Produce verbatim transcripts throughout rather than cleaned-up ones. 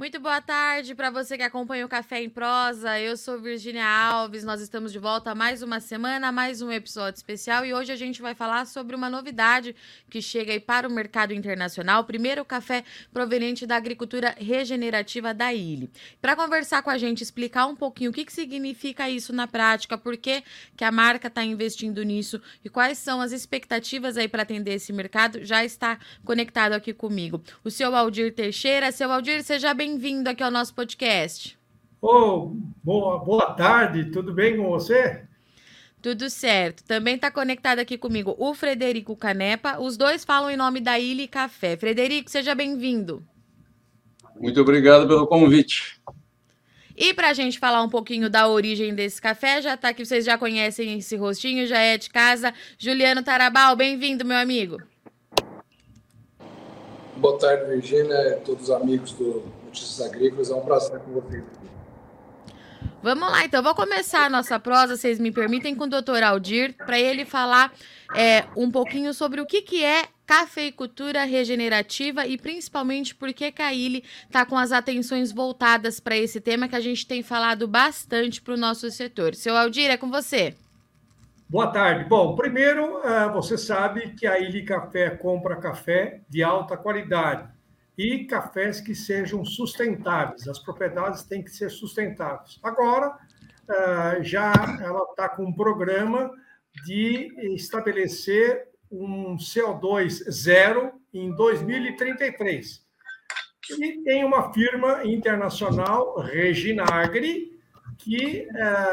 Muito boa tarde para você que acompanha o Café em Prosa. Eu sou Virgínia Alves. Nós estamos de volta mais uma semana, mais um episódio especial e hoje a gente vai falar sobre uma novidade que chega aí para o mercado internacional. Primeiro, o café proveniente da agricultura regenerativa da I L I. Para conversar com a gente, explicar um pouquinho o que, que significa isso na prática, por que, que a marca está investindo nisso e quais são as expectativas aí para atender esse mercado, já está conectado aqui comigo o seu Aldir Teixeira. Seu Aldir, seja bem Bem-vindo aqui ao nosso podcast. Oh, boa, boa tarde, tudo bem com você? Tudo certo. Também está conectado aqui comigo o Frederico Canepa. Os dois falam em nome da I L I Café. Frederico, seja bem-vindo. Muito obrigado pelo convite. E para a gente falar um pouquinho da origem desse café, já está aqui, vocês já conhecem esse rostinho, já é de casa. Juliano Tarabal, bem-vindo, meu amigo. Boa tarde, Virgínia, todos os amigos do Notícias Agrícolas, é um prazer com vocês. Vamos lá, então, vou começar a nossa prosa, vocês me permitem, com o doutor Aldir, para ele falar é, um pouquinho sobre o que, que é cafeicultura regenerativa e principalmente por que a I L I está com as atenções voltadas para esse tema que a gente tem falado bastante para o nosso setor. Seu Aldir, é com você. Boa tarde. Bom, primeiro, você sabe que a I L I Café compra café de alta qualidade e cafés que sejam sustentáveis. As propriedades têm que ser sustentáveis. Agora, já ela está com um programa de estabelecer um C O dois zero em dois mil e trinta e três. E tem uma firma internacional, Reginagri, que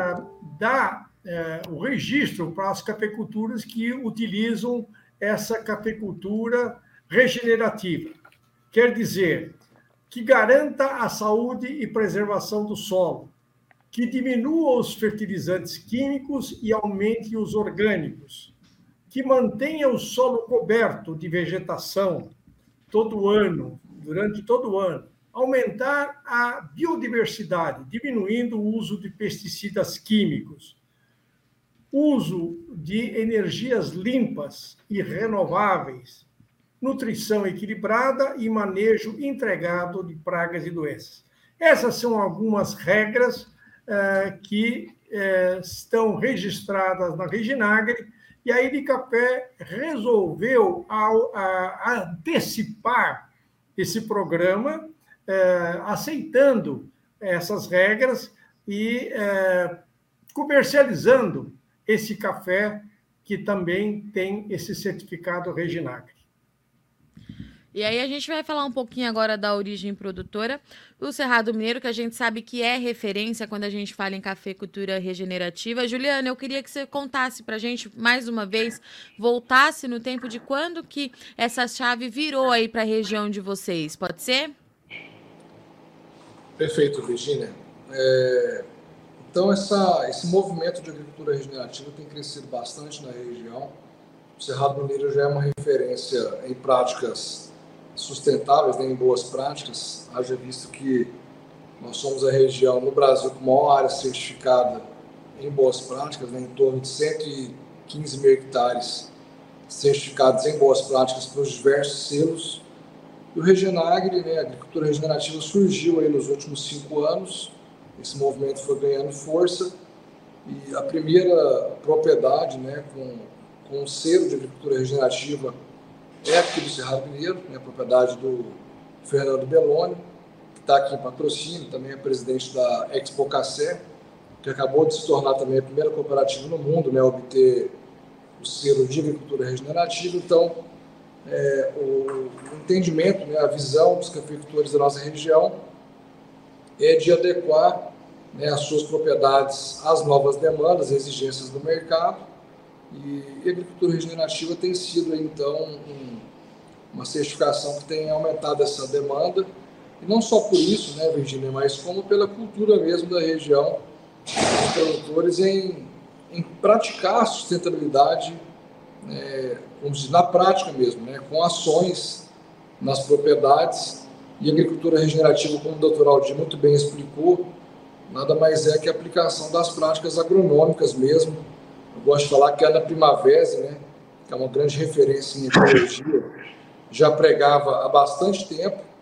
dá É, o registro para as cafeiculturas que utilizam essa cafeicultura regenerativa. Quer dizer, que garanta a saúde e preservação do solo, que diminua os fertilizantes químicos e aumente os orgânicos, que mantenha o solo coberto de vegetação todo ano, durante todo o ano, aumentar a biodiversidade, diminuindo o uso de pesticidas químicos, uso de energias limpas e renováveis, nutrição equilibrada e manejo integrado de pragas e doenças. Essas são algumas regras eh, que eh, estão registradas na Reginagri e a I L I Café resolveu ao, a, antecipar esse programa, eh, aceitando essas regras e eh, comercializando esse café que também tem esse certificado Reginagri. E aí a gente vai falar um pouquinho agora da origem produtora. O Cerrado Mineiro, que a gente sabe que é referência quando a gente fala em cafeicultura regenerativa. Juliana, eu queria que você contasse para a gente, mais uma vez, voltasse no tempo de quando que essa chave virou aí para a região de vocês. Pode ser? Perfeito, Virgínia. É... Então, essa, esse movimento de agricultura regenerativa tem crescido bastante na região. O Cerrado Mineiro já é uma referência em práticas sustentáveis, né, em boas práticas, haja visto que nós somos a região no Brasil com maior área certificada em boas práticas, né, em torno de cento e quinze mil hectares certificados em boas práticas pelos diversos selos. E o Reginagri, né, a agricultura regenerativa, surgiu aí nos últimos cinco anos. Esse movimento foi ganhando força e a primeira propriedade, né, com, com um selo de agricultura regenerativa é aqui do Cerrado Mineiro, né, a propriedade do Fernando Belloni, que está aqui em patrocínio, também é presidente da Expo Café, que acabou de se tornar também a primeira cooperativa no mundo, né, a obter o selo de agricultura regenerativa. Então, é, o, o entendimento, né, a visão dos cafeicultores da nossa região é de adequar, né, as suas propriedades às novas demandas, às exigências do mercado. E a agricultura regenerativa tem sido, então, um, uma certificação que tem aumentado essa demanda. E não só por isso, né, Virgínia, mas como pela cultura mesmo da região, dos produtores em, em praticar a sustentabilidade, né, como diz, na prática mesmo, né, com ações nas propriedades. E a agricultura regenerativa, como o doutor Aldir muito bem explicou, nada mais é que a aplicação das práticas agronômicas mesmo. Eu gosto de falar que a Ana Primavera, né, que é uma grande referência em ecologia, já pregava há bastante tempo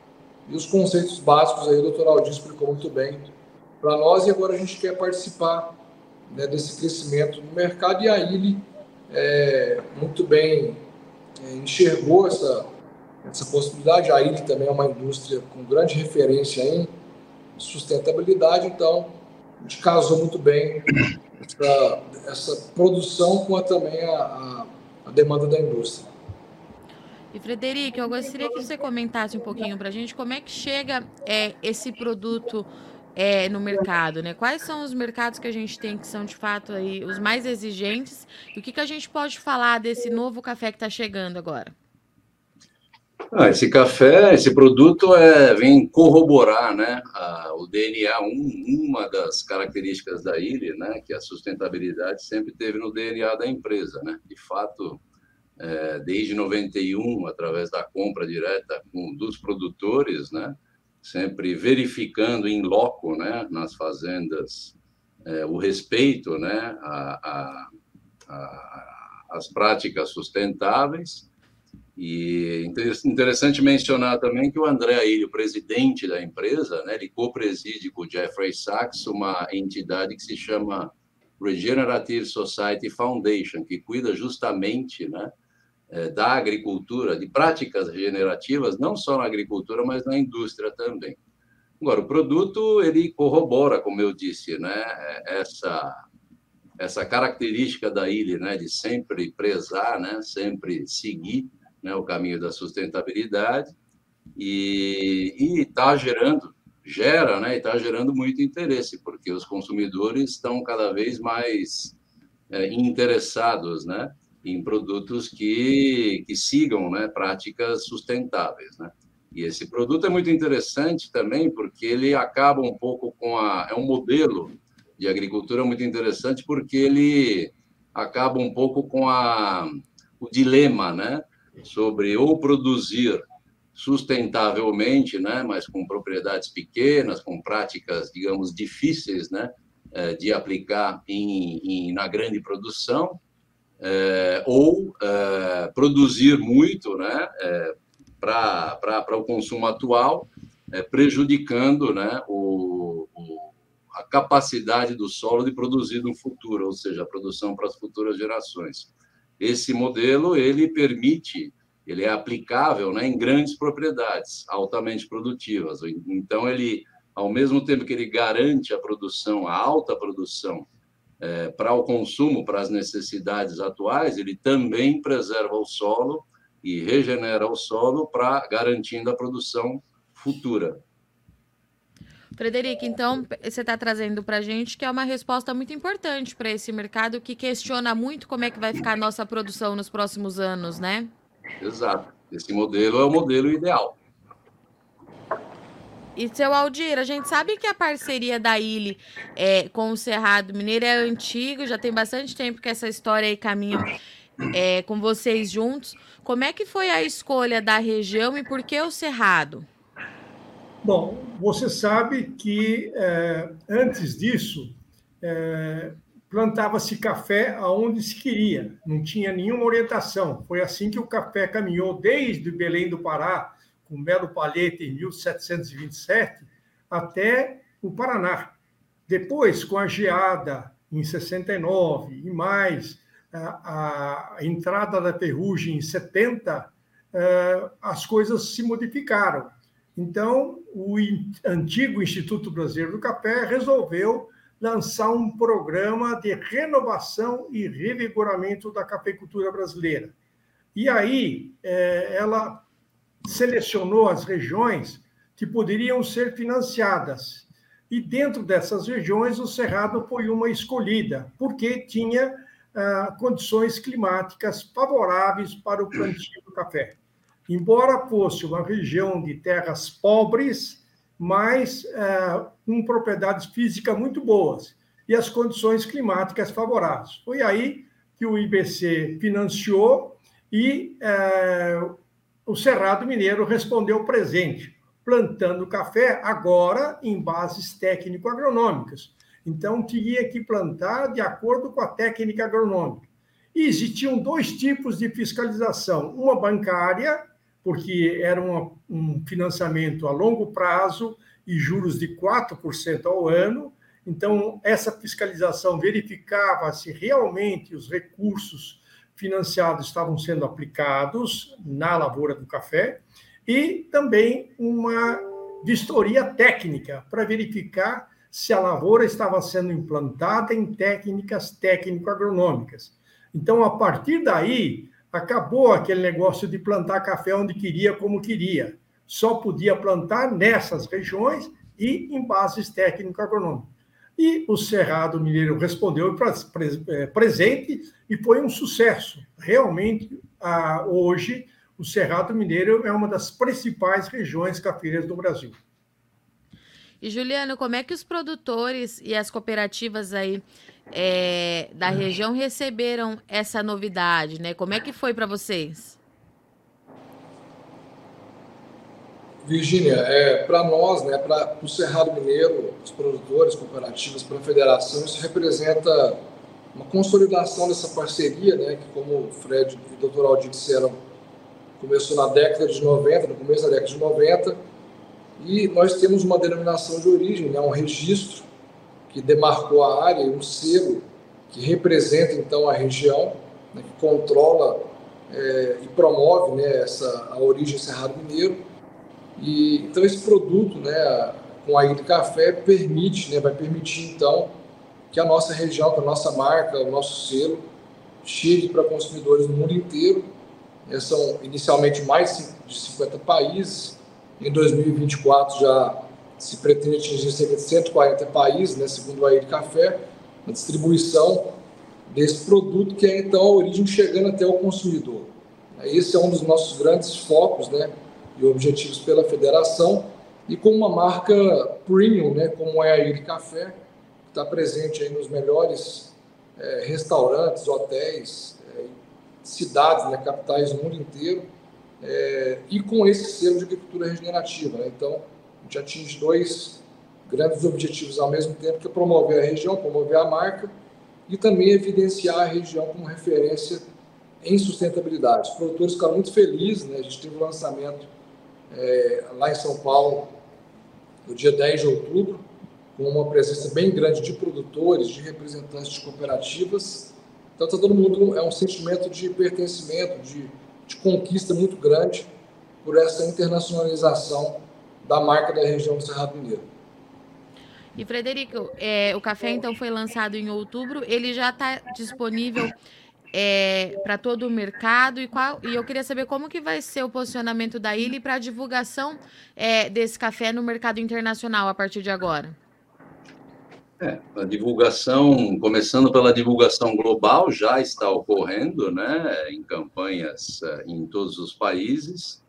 E os conceitos básicos aí o doutor Aldir explicou muito bem para nós, e agora a gente quer participar, né, desse crescimento no mercado, e a I L I é, muito bem é, enxergou essa, essa possibilidade. A I L I também é uma indústria com grande referência em sustentabilidade, então a gente casou muito bem essa, essa produção com a, também a, a, a demanda da indústria. E, Frederico, eu gostaria que você comentasse um pouquinho para a gente como é que chega é, esse produto é, no mercado, né? Quais são os mercados que a gente tem que são, de fato, aí, os mais exigentes, e o que, que a gente pode falar desse novo café que está chegando agora? Ah, esse café, esse produto é, vem corroborar, né, a, o D N A, um, uma das características da I L I, né, que a sustentabilidade sempre teve no D N A da empresa, né? De fato, é, desde noventa e um, através da compra direta com, dos produtores, né, sempre verificando em loco, né, nas fazendas, é, o respeito, né, a, a, a, as práticas sustentáveis. E interessante mencionar também que o André Aili, o presidente da empresa, né, ele co-preside com o Jeffrey Sachs uma entidade que se chama Regenerative Society Foundation, que cuida justamente, né, da agricultura, de práticas regenerativas, não só na agricultura, mas na indústria também. Agora, o produto, ele corrobora, como eu disse, né, essa, essa característica da I L I, né, de sempre prezar, né, sempre seguir, né, o caminho da sustentabilidade, e está gerando, gera, né, e está gerando muito interesse, porque os consumidores estão cada vez mais é, interessados, né, em produtos que, que sigam, né, práticas sustentáveis, né? E esse produto é muito interessante também porque ele acaba um pouco com a... É um modelo de agricultura muito interessante porque ele acaba um pouco com a, o dilema, né, sobre ou produzir sustentavelmente, né, mas com propriedades pequenas, com práticas, digamos, difíceis, né, de aplicar em, em, na grande produção, É, ou é, produzir muito, né, é, para o consumo atual, é, prejudicando, né, o, o, a capacidade do solo de produzir no futuro, ou seja, a produção para as futuras gerações. Esse modelo ele permite, ele é aplicável, né, em grandes propriedades altamente produtivas. Então, ele, ao mesmo tempo que ele garante a produção, a alta produção, É, para o consumo, para as necessidades atuais, ele também preserva o solo e regenera o solo para garantindo a produção futura. Frederico, então você está trazendo para a gente que é uma resposta muito importante para esse mercado que questiona muito como é que vai ficar a nossa produção nos próximos anos, né? Exato. Esse modelo é o modelo ideal. E, seu Aldir, a gente sabe que a parceria da I L I é, com o Cerrado Mineiro é antigo, já tem bastante tempo que essa história aí caminha é, com vocês juntos. Como é que foi a escolha da região e por que o Cerrado? Bom, você sabe que é, antes disso é, plantava-se café aonde se queria, não tinha nenhuma orientação. Foi assim que o café caminhou desde Belém do Pará, com Melo Palheta em mil setecentos e vinte e sete, até o Paraná. Depois, com a geada em sessenta e nove e mais a, a entrada da ferrugem em setenta, as coisas se modificaram. Então, o antigo Instituto Brasileiro do Café resolveu lançar um programa de renovação e revigoramento da cafeicultura brasileira. E aí, ela selecionou as regiões que poderiam ser financiadas. E dentro dessas regiões, o Cerrado foi uma escolhida, porque tinha ah, condições climáticas favoráveis para o plantio do café. Embora fosse uma região de terras pobres, mas ah, com propriedades físicas muito boas e as condições climáticas favoráveis. Foi aí que o I B C financiou e ah, o Cerrado Mineiro respondeu presente, plantando café agora em bases técnico-agronômicas. Então, tinha que plantar de acordo com a técnica agronômica. E existiam dois tipos de fiscalização, uma bancária, porque era uma, um financiamento a longo prazo e juros de quatro por cento ao ano. Então, essa fiscalização verificava se realmente os recursos financiados estavam sendo aplicados na lavoura do café e também uma vistoria técnica para verificar se a lavoura estava sendo implantada em técnicas técnico-agronômicas. Então, a partir daí, acabou aquele negócio de plantar café onde queria, como queria. Só podia plantar nessas regiões e em bases técnico-agronômicas. E o Cerrado Mineiro respondeu presente e foi um sucesso. Realmente, hoje, o Cerrado Mineiro é uma das principais regiões cafeiras do Brasil. E, Juliano, como é que os produtores e as cooperativas aí é, da região receberam essa novidade, né? Como é que foi para vocês? Virgínia, é, para nós, né, para o Cerrado Mineiro, os produtores, cooperativas, para a federação, isso representa uma consolidação dessa parceria, né, que, como o Fred e o doutor Aldir disseram, começou na década de noventa, no começo da década de noventa, e nós temos uma denominação de origem, né, um registro que demarcou a área, um selo que representa, então, a região, né, que controla é, e promove, né, essa, a origem Cerrado Mineiro. E, então, esse produto, né, com a Ilha Café, permite, né, vai permitir, então, que a nossa região, que a nossa marca, o nosso selo, chegue para consumidores no mundo inteiro. São, inicialmente, mais de cinquenta países. Em dois mil e vinte e quatro, já se pretende atingir cerca de cento e quarenta países, né, segundo a Ilha Café, na distribuição desse produto, que é, então, a origem chegando até o consumidor. Esse é um dos nossos grandes focos, né, e objetivos pela federação, e com uma marca premium, né, como é a Ilha Café, que está presente aí nos melhores é, restaurantes, hotéis, é, cidades, né, capitais do mundo inteiro, é, e com esse selo de agricultura regenerativa. Né? Então, a gente atinge dois grandes objetivos ao mesmo tempo, que é promover a região, promover a marca, e também evidenciar a região como referência em sustentabilidade. Os produtores ficaram muito felizes, né? A gente teve o lançamento É, lá em São Paulo, no dia dez de outubro, com uma presença bem grande de produtores, de representantes de cooperativas. Então, está todo mundo, é um sentimento de pertencimento, de, de conquista muito grande por essa internacionalização da marca da região do Cerrado Mineiro. E, Frederico, é, o café, então, foi lançado em outubro, ele já está disponível É, para todo o mercado e, qual, e eu queria saber como que vai ser o posicionamento da ilha para a divulgação é, desse café no mercado internacional a partir de agora. É, a divulgação, começando pela divulgação global, já está ocorrendo, né, em campanhas em todos os países,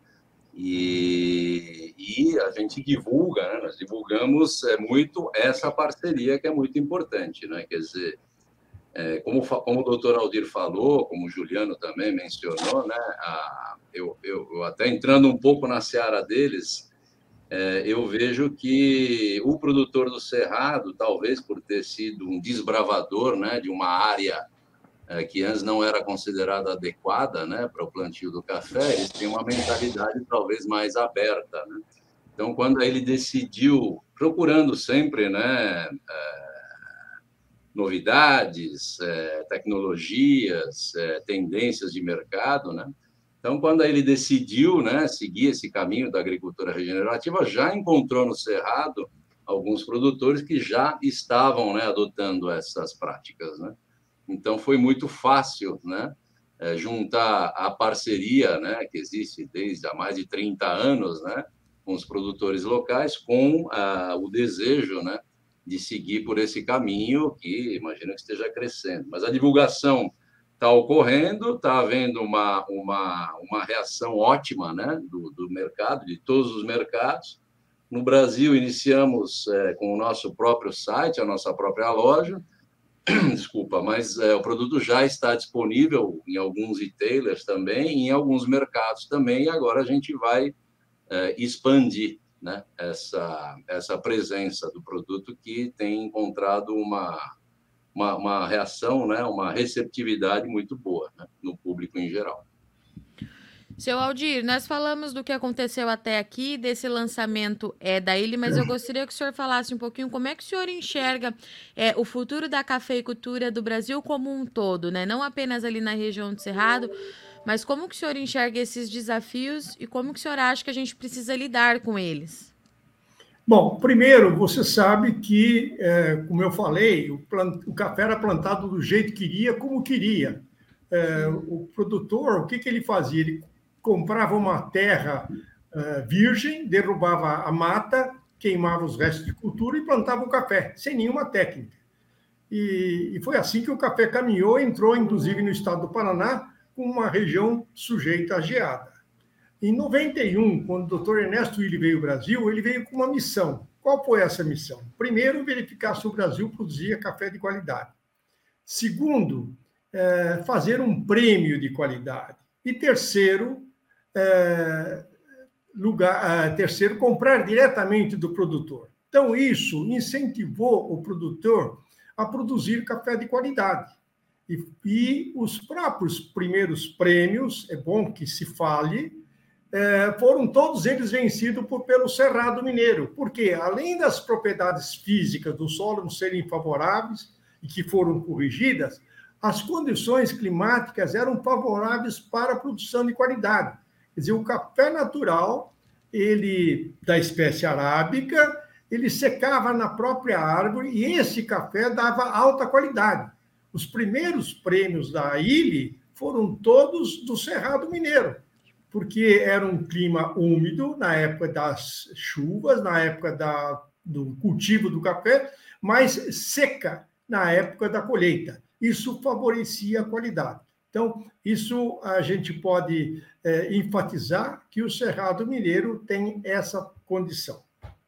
e, e a gente divulga, né, nós divulgamos é, muito essa parceria que é muito importante, né, quer dizer, É, como, como o doutor Aldir falou, como o Juliano também mencionou, né, a, eu, eu, eu até entrando um pouco na seara deles, é, eu vejo que o produtor do Cerrado, talvez por ter sido um desbravador, né, de uma área é, que antes não era considerada adequada, né, para o plantio do café, eles têm uma mentalidade talvez mais aberta. Né? Então, quando ele decidiu, procurando sempre, né, é, novidades, é, tecnologias, é, tendências de mercado, né? Então, quando ele decidiu, né, seguir esse caminho da agricultura regenerativa, já encontrou no Cerrado alguns produtores que já estavam, né, adotando essas práticas, né? Então, foi muito fácil, né, é, juntar a parceria, né, que existe desde há mais de trinta anos, né, com os produtores locais, com ah, o desejo, né, de seguir por esse caminho que imagino que esteja crescendo. Mas a divulgação está ocorrendo, está havendo uma, uma, uma reação ótima, né, do, do mercado, de todos os mercados. No Brasil, iniciamos é, com o nosso próprio site, a nossa própria loja, desculpa, mas é, o produto já está disponível em alguns retailers também, em alguns mercados também, e agora a gente vai é, expandir, né, essa, essa presença do produto que tem encontrado uma, uma, uma reação, né, uma receptividade muito boa, né, no público em geral. Seu Aldir, nós falamos do que aconteceu até aqui, desse lançamento é, da Ilha, mas eu gostaria que o senhor falasse um pouquinho como é que o senhor enxerga é, o futuro da cafeicultura do Brasil como um todo, né? Não apenas ali na região do Cerrado, mas como que o senhor enxerga esses desafios e como que o senhor acha que a gente precisa lidar com eles? Bom, primeiro, você sabe que, é, como eu falei, o, plant... o café era plantado do jeito que queria, como queria. É, o produtor, o que, que ele fazia? Ele comprava uma terra uh, virgem, derrubava a mata, queimava os restos de cultura e plantava o café, sem nenhuma técnica. E, e foi assim que o café caminhou, entrou, inclusive, no estado do Paraná, com uma região sujeita à geada. Em noventa e um, quando o doutor Ernesto Willi veio ao Brasil, ele veio com uma missão. Qual foi essa missão? Primeiro, verificar se o Brasil produzia café de qualidade. Segundo, é, fazer um prêmio de qualidade. E terceiro, é, lugar, é, terceiro, comprar diretamente do produtor. Então, isso incentivou o produtor a produzir café de qualidade. E, e os próprios primeiros prêmios, é bom que se fale, É, foram todos eles vencidos por, pelo Cerrado Mineiro, porque, além das propriedades físicas do solo não serem favoráveis e que foram corrigidas, as condições climáticas eram favoráveis para a produção de qualidade. Quer dizer, o café natural, ele da espécie arábica, ele secava na própria árvore e esse café dava alta qualidade. Os primeiros prêmios da ilha foram todos do Cerrado Mineiro, porque era um clima úmido na época das chuvas, na época da, do cultivo do café, mas seca na época da colheita. Isso favorecia a qualidade. Então, isso a gente pode é, enfatizar que o Cerrado Mineiro tem essa condição.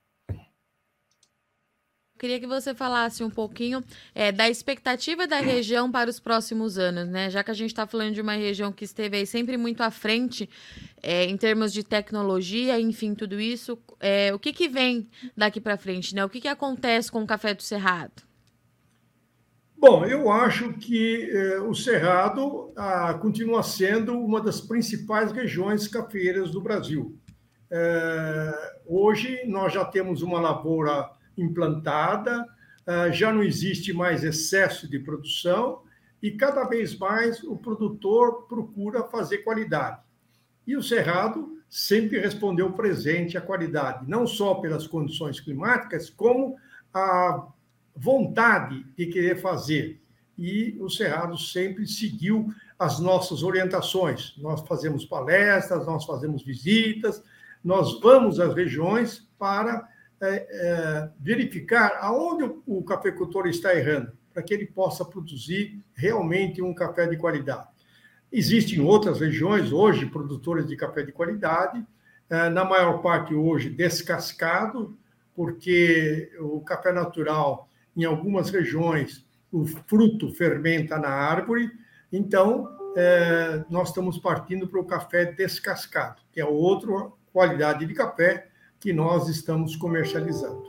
Queria que você falasse um pouquinho é, da expectativa da região para os próximos anos, né? Já que a gente está falando de uma região que esteve aí sempre muito à frente é, em termos de tecnologia, enfim, tudo isso. É, o que, que vem daqui para frente, né? O que, que acontece com o café do Cerrado? Bom, eu acho que eh, o Cerrado ah, continua sendo uma das principais regiões cafeeiras do Brasil. Eh, hoje nós já temos uma lavoura implantada, já não existe mais excesso de produção e cada vez mais o produtor procura fazer qualidade. E o Cerrado sempre respondeu presente à qualidade, não só pelas condições climáticas, como a vontade de querer fazer. E o Cerrado sempre seguiu as nossas orientações. Nós fazemos palestras, nós fazemos visitas, nós vamos às regiões para É, é, verificar aonde o, o cafeicultor está errando, para que ele possa produzir realmente um café de qualidade. Existem outras regiões hoje produtoras de café de qualidade, é, na maior parte hoje descascado, porque o café natural, em algumas regiões, o fruto fermenta na árvore, então é, nós estamos partindo para o café descascado, que é outra qualidade de café que nós estamos comercializando.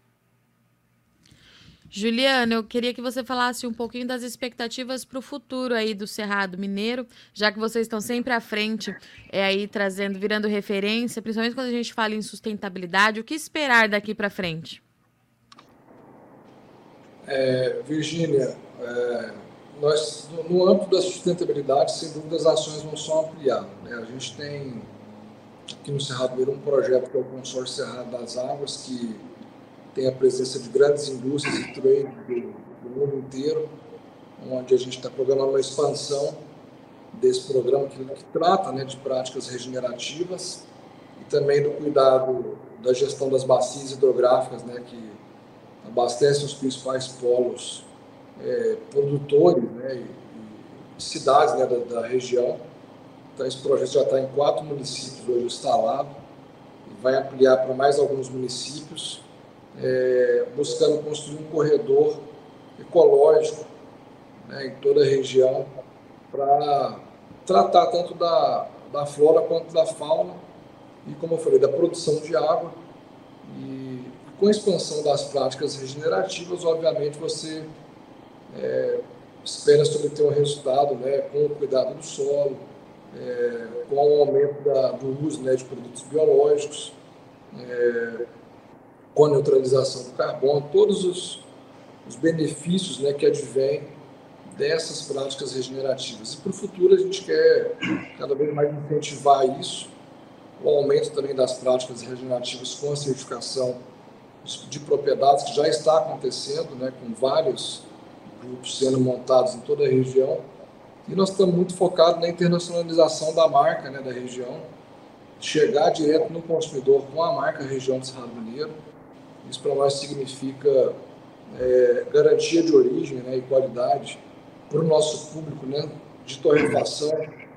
Juliana, eu queria que você falasse um pouquinho das expectativas para o futuro aí do Cerrado Mineiro, já que vocês estão sempre à frente, é, aí trazendo, virando referência, principalmente quando a gente fala em sustentabilidade, o que esperar daqui para frente? É, Virgínia, é, nós, no, no âmbito da sustentabilidade, sem dúvida, as ações vão só ampliar, né? A gente tem aqui no Cerrado Mineiro um projeto que é o Consórcio Cerrado das Águas, que tem a presença de grandes indústrias e trade do, do mundo inteiro, onde a gente está programando uma expansão desse programa que, que trata, né, de práticas regenerativas e também do cuidado da gestão das bacias hidrográficas, né, que abastecem os principais polos é, produtores, né, e, e cidades, né, da, da região. Então, esse projeto já está em quatro municípios hoje instalado e vai ampliar para mais alguns municípios, é, buscando construir um corredor ecológico, né, em toda a região para tratar tanto da, da flora quanto da fauna e, como eu falei, da produção de água. E com a expansão das práticas regenerativas, obviamente, você é, espera sobre ter um resultado, né, com o cuidado do solo, é, com o aumento da, do uso, né, de produtos biológicos, é, com a neutralização do carbono, todos os, os benefícios, né, que advêm dessas práticas regenerativas. E para o futuro a gente quer cada vez mais incentivar isso, o aumento também das práticas regenerativas com a certificação de, de propriedades, que já está acontecendo, né, com vários grupos sendo montados em toda a região. E nós estamos muito focados na internacionalização da marca, né, da região, chegar direto no consumidor com a marca Região do Cerrado Mineiro. Isso para nós significa é, garantia de origem, né, e qualidade para o nosso público, né, de torrefação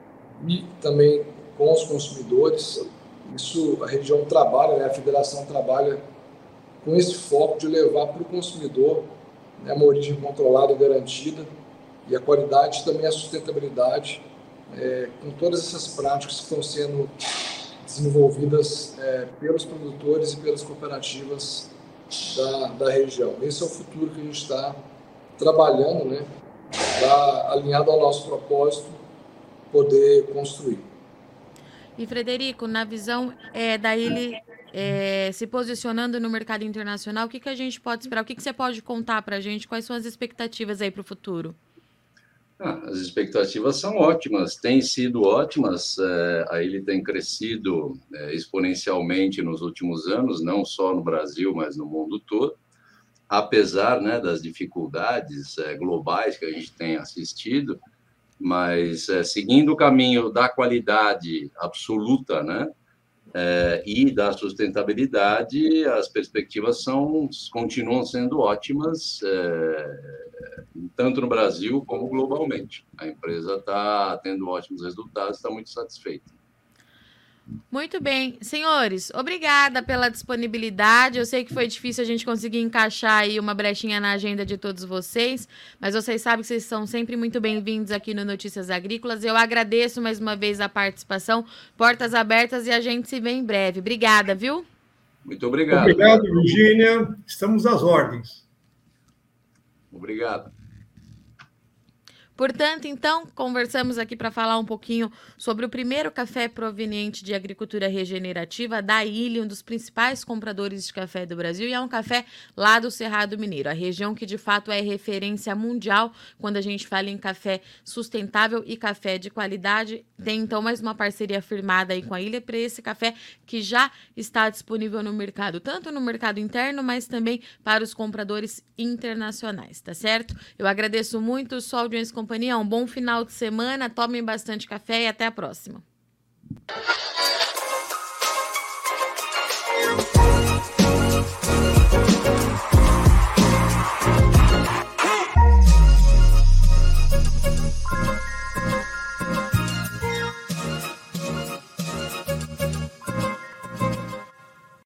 e também com os consumidores. Isso a região trabalha, né, a federação trabalha com esse foco de levar para o consumidor, né, uma origem controlada e garantida, e a qualidade e também a sustentabilidade, é, com todas essas práticas que estão sendo desenvolvidas é, pelos produtores e pelas cooperativas da, da região. Esse é o futuro que a gente está trabalhando, né, para, alinhado ao nosso propósito, poder construir. E, Frederico, na visão é, da Illy é, se posicionando no mercado internacional, o que, que a gente pode esperar? O que, que você pode contar para a gente? Quais são as expectativas aí para o futuro? Ah, as expectativas são ótimas, têm sido ótimas. É, a Illy tem crescido é, exponencialmente nos últimos anos, não só no Brasil, mas no mundo todo, apesar, né, das dificuldades é, globais que a gente tem assistido, mas é, seguindo o caminho da qualidade absoluta, né, é, e da sustentabilidade, as perspectivas são, continuam sendo ótimas, é, tanto no Brasil como globalmente. A empresa está tendo ótimos resultados, está muito satisfeita. Muito bem. Senhores, obrigada pela disponibilidade. Eu sei que foi difícil a gente conseguir encaixar aí uma brechinha na agenda de todos vocês, mas vocês sabem que vocês são sempre muito bem-vindos aqui no Notícias Agrícolas. Eu agradeço mais uma vez a participação, portas abertas, e a gente se vê em breve. Obrigada, viu? Muito obrigado. Obrigado, Virgínia. Estamos às ordens. Obrigado. Portanto, então, conversamos aqui para falar um pouquinho sobre o primeiro café proveniente de agricultura regenerativa da Illy, um dos principais compradores de café do Brasil, e é um café lá do Cerrado Mineiro, a região que de fato é referência mundial quando a gente fala em café sustentável e café de qualidade. Tem então mais uma parceria firmada aí com a Illy para esse café que já está disponível no mercado, tanto no mercado interno, mas também para os compradores internacionais, tá certo? Eu agradeço muito sua audiência e companhia, um bom final de semana, tomem bastante café e até a próxima.